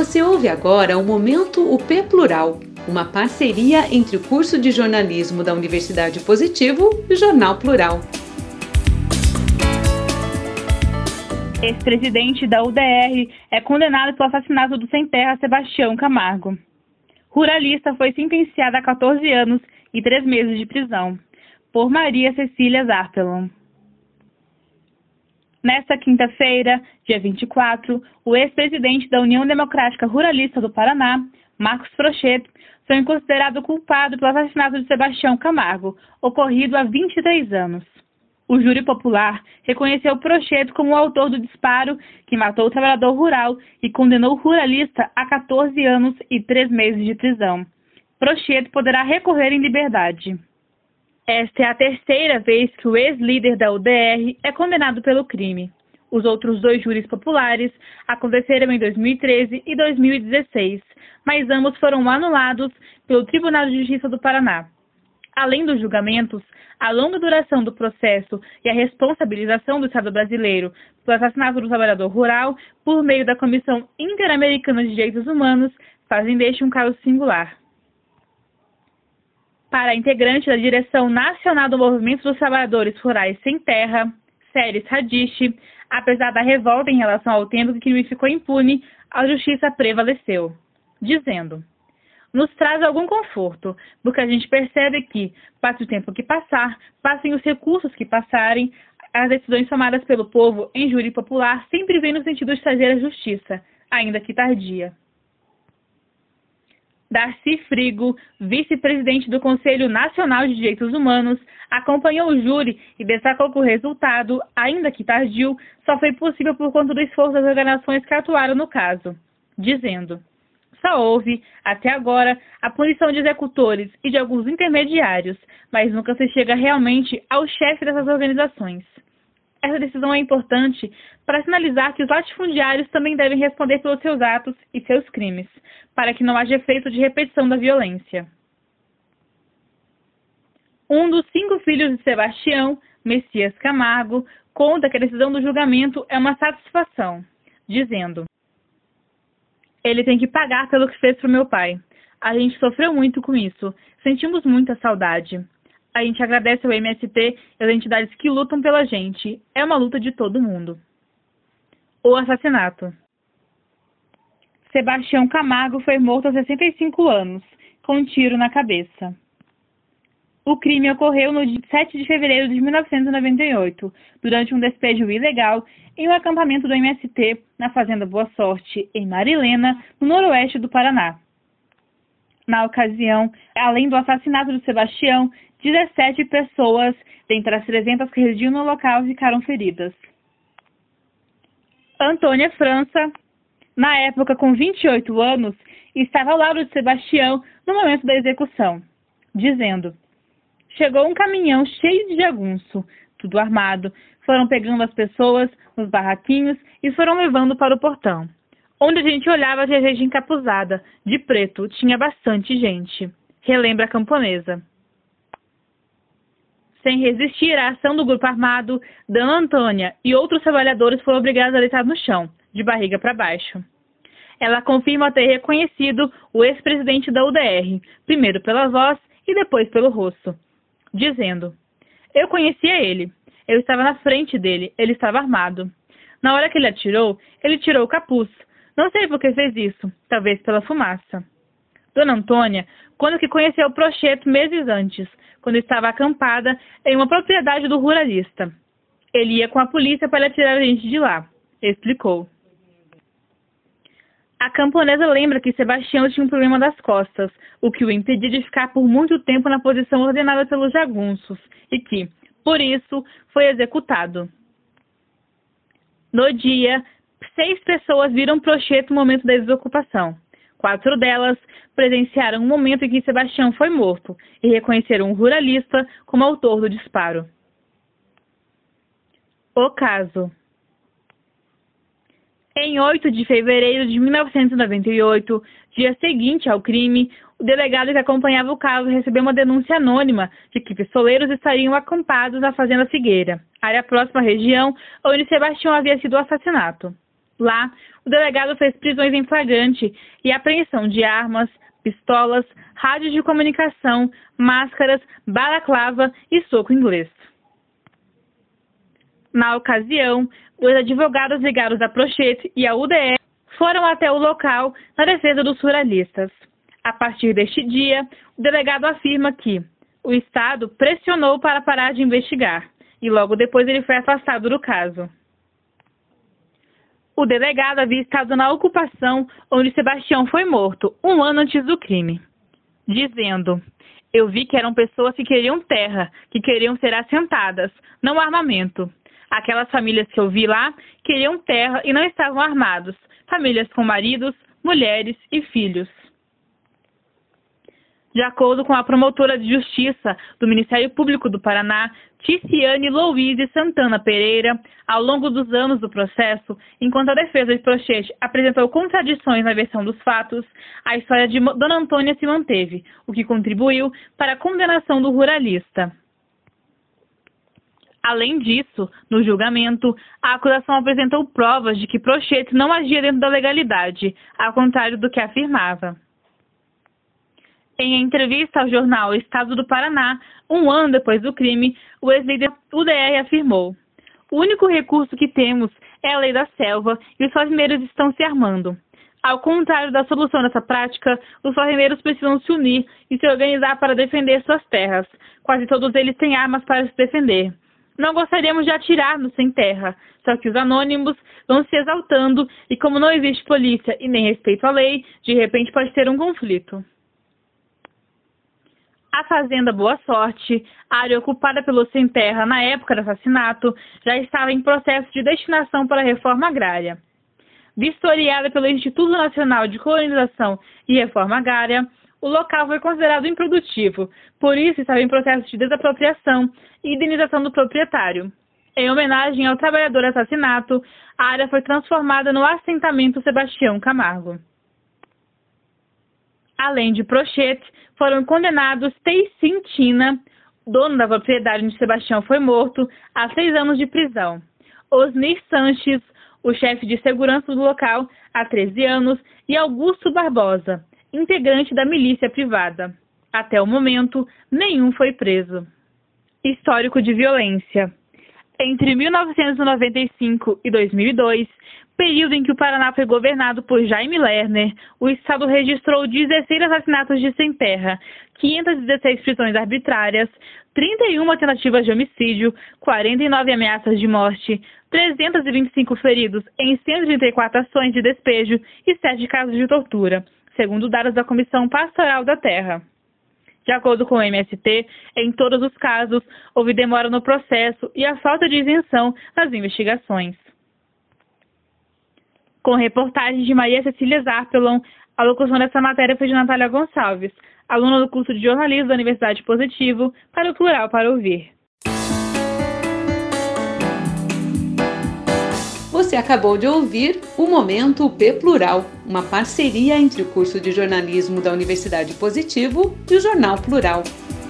Você ouve agora o Momento UP Plural, uma parceria entre o curso de jornalismo da Universidade Positivo e o Jornal Plural. Ex-presidente da UDR é condenado pelo assassinato do sem-terra Sebastião Camargo. Ruralista foi sentenciada a 14 anos e 3 meses de prisão, por Maria Cecília Zarpelon. Nesta quinta-feira, dia 24, o ex-presidente da União Democrática Ruralista do Paraná, Marcos Frochet, foi considerado culpado pelo assassinato de Sebastião Camargo, ocorrido há 23 anos. O júri popular reconheceu Frochet como o autor do disparo que matou o trabalhador rural e condenou o ruralista a 14 anos e 3 meses de prisão. Frochet poderá recorrer em liberdade. Esta é a terceira vez que o ex-líder da UDR é condenado pelo crime. Os outros 2 júris populares aconteceram em 2013 e 2016, mas ambos foram anulados pelo Tribunal de Justiça do Paraná. Além dos julgamentos, a longa duração do processo e a responsabilização do Estado brasileiro pelo assassinato do trabalhador rural por meio da Comissão Interamericana de Direitos Humanos fazem deste um caso singular. Para a integrante da Direção Nacional do Movimento dos Trabalhadores Rurais Sem Terra, Séries Radiche, apesar da revolta em relação ao tempo que o crime ficou impune, a justiça prevaleceu, dizendo: nos traz algum conforto, porque a gente percebe que, passe o tempo que passar, passem os recursos que passarem, as decisões tomadas pelo povo em júri popular sempre vêm no sentido de trazer a justiça, ainda que tardia. Darcy Frigo, vice-presidente do Conselho Nacional de Direitos Humanos, acompanhou o júri e destacou que o resultado, ainda que tardio, só foi possível por conta do esforço das organizações que atuaram no caso, dizendo: só houve, até agora, a punição de executores e de alguns intermediários, mas nunca se chega realmente ao chefe dessas organizações. Essa decisão é importante para sinalizar que os latifundiários também devem responder pelos seus atos e seus crimes, para que não haja efeito de repetição da violência. Um dos 5 filhos de Sebastião, Messias Camargo, conta que a decisão do julgamento é uma satisfação, dizendo: ele tem que pagar pelo que fez para o meu pai. A gente sofreu muito com isso, sentimos muita saudade. A gente agradece ao MST e às entidades que lutam pela gente. É uma luta de todo mundo. O assassinato. Sebastião Camargo foi morto aos 65 anos, com um tiro na cabeça. O crime ocorreu no dia 7 de fevereiro de 1998, durante um despejo ilegal em um acampamento do MST na Fazenda Boa Sorte, em Marilena, no noroeste do Paraná. Na ocasião, além do assassinato de Sebastião, 17 pessoas, dentre as 300 que residiam no local, ficaram feridas. Antônia França, na época com 28 anos, estava ao lado de Sebastião no momento da execução, dizendo: chegou um caminhão cheio de jagunço, tudo armado, foram pegando as pessoas nos barraquinhos e foram levando para o portão. Onde a gente olhava tinha gente encapuzada, de preto, tinha bastante gente, relembra a camponesa. Sem resistir à ação do grupo armado, Dona Antônia e outros trabalhadores foram obrigados a deitar no chão, de barriga para baixo. Ela confirma ter reconhecido o ex-presidente da UDR, primeiro pela voz e depois pelo rosto, dizendo: eu conhecia ele, eu estava na frente dele, ele estava armado. Na hora que ele atirou, ele tirou o capuz. Não sei por que fez isso, talvez pela fumaça. Dona Antônia conta que conheceu o Frochet meses antes, quando estava acampada em uma propriedade do ruralista. Ele ia com a polícia para tirar a gente de lá, explicou. A camponesa lembra que Sebastião tinha um problema das costas, o que o impedia de ficar por muito tempo na posição ordenada pelos jagunços, e que, por isso, foi executado. No dia, 6 pessoas viram Frochet no momento da desocupação. 4 delas presenciaram o momento em que Sebastião foi morto e reconheceram o ruralista como autor do disparo. O caso. Em 8 de fevereiro de 1998, dia seguinte ao crime, o delegado que acompanhava o caso recebeu uma denúncia anônima de que pistoleiros estariam acampados na Fazenda Figueira, área próxima à região onde Sebastião havia sido assassinado. Lá, o delegado fez prisões em flagrante e apreensão de armas, pistolas, rádios de comunicação, máscaras, balaclava e soco inglês. Na ocasião, os advogados ligados à Prochete e à UDE foram até o local na defesa dos ruralistas. A partir deste dia, o delegado afirma que o Estado pressionou para parar de investigar e logo depois ele foi afastado do caso. O delegado havia estado na ocupação onde Sebastião foi morto, 1 ano antes do crime, dizendo: "Eu vi que eram pessoas que queriam terra, que queriam ser assentadas, não armamento. Aquelas famílias que eu vi lá queriam terra e não estavam armados, famílias com maridos, mulheres e filhos." De acordo com a promotora de justiça do Ministério Público do Paraná, Ticiane Louise Santana Pereira, ao longo dos anos do processo, enquanto a defesa de Prochete apresentou contradições na versão dos fatos, a história de Dona Antônia se manteve, o que contribuiu para a condenação do ruralista. Além disso, no julgamento, a acusação apresentou provas de que Prochete não agia dentro da legalidade, ao contrário do que afirmava. Em entrevista ao jornal Estado do Paraná, 1 ano depois do crime, o ex-líder da UDR afirmou: "O único recurso que temos é a lei da selva e os fazendeiros estão se armando. Ao contrário da solução dessa prática, os fazendeiros precisam se unir e se organizar para defender suas terras. Quase todos eles têm armas para se defender. Não gostaríamos de atirar-nos sem terra, só que os anônimos vão se exaltando e como não existe polícia e nem respeito à lei, de repente pode ter um conflito." A fazenda Boa Sorte, área ocupada pelo sem terra na época do assassinato, já estava em processo de destinação para a reforma agrária. Vistoriada pelo Instituto Nacional de Colonização e Reforma Agrária, o local foi considerado improdutivo, por isso estava em processo de desapropriação e indenização do proprietário. Em homenagem ao trabalhador assassinato, a área foi transformada no assentamento Sebastião Camargo. Além de Prochete, foram condenados Teicin Tina, dono da propriedade onde Sebastião foi morto, a 6 anos de prisão. Osnir Sanches, o chefe de segurança do local, a 13 anos, e Augusto Barbosa, integrante da milícia privada. Até o momento, nenhum foi preso. Histórico de violência. Entre 1995 e 2002, período em que o Paraná foi governado por Jaime Lerner, o Estado registrou 16 assassinatos de sem-terra, 516 prisões arbitrárias, 31 tentativas de homicídio, 49 ameaças de morte, 325 feridos em 134 ações de despejo e 7 casos de tortura, segundo dados da Comissão Pastoral da Terra. De acordo com o MST, em todos os casos, houve demora no processo e a falta de isenção nas investigações. Com reportagem de Maria Cecília Zarpelon, a locução dessa matéria foi de Natália Gonçalves, aluna do curso de jornalismo da Universidade Positivo, para o Plural para Ouvir. Você acabou de ouvir o Momento P Plural, uma parceria entre o curso de jornalismo da Universidade Positivo e o Jornal Plural.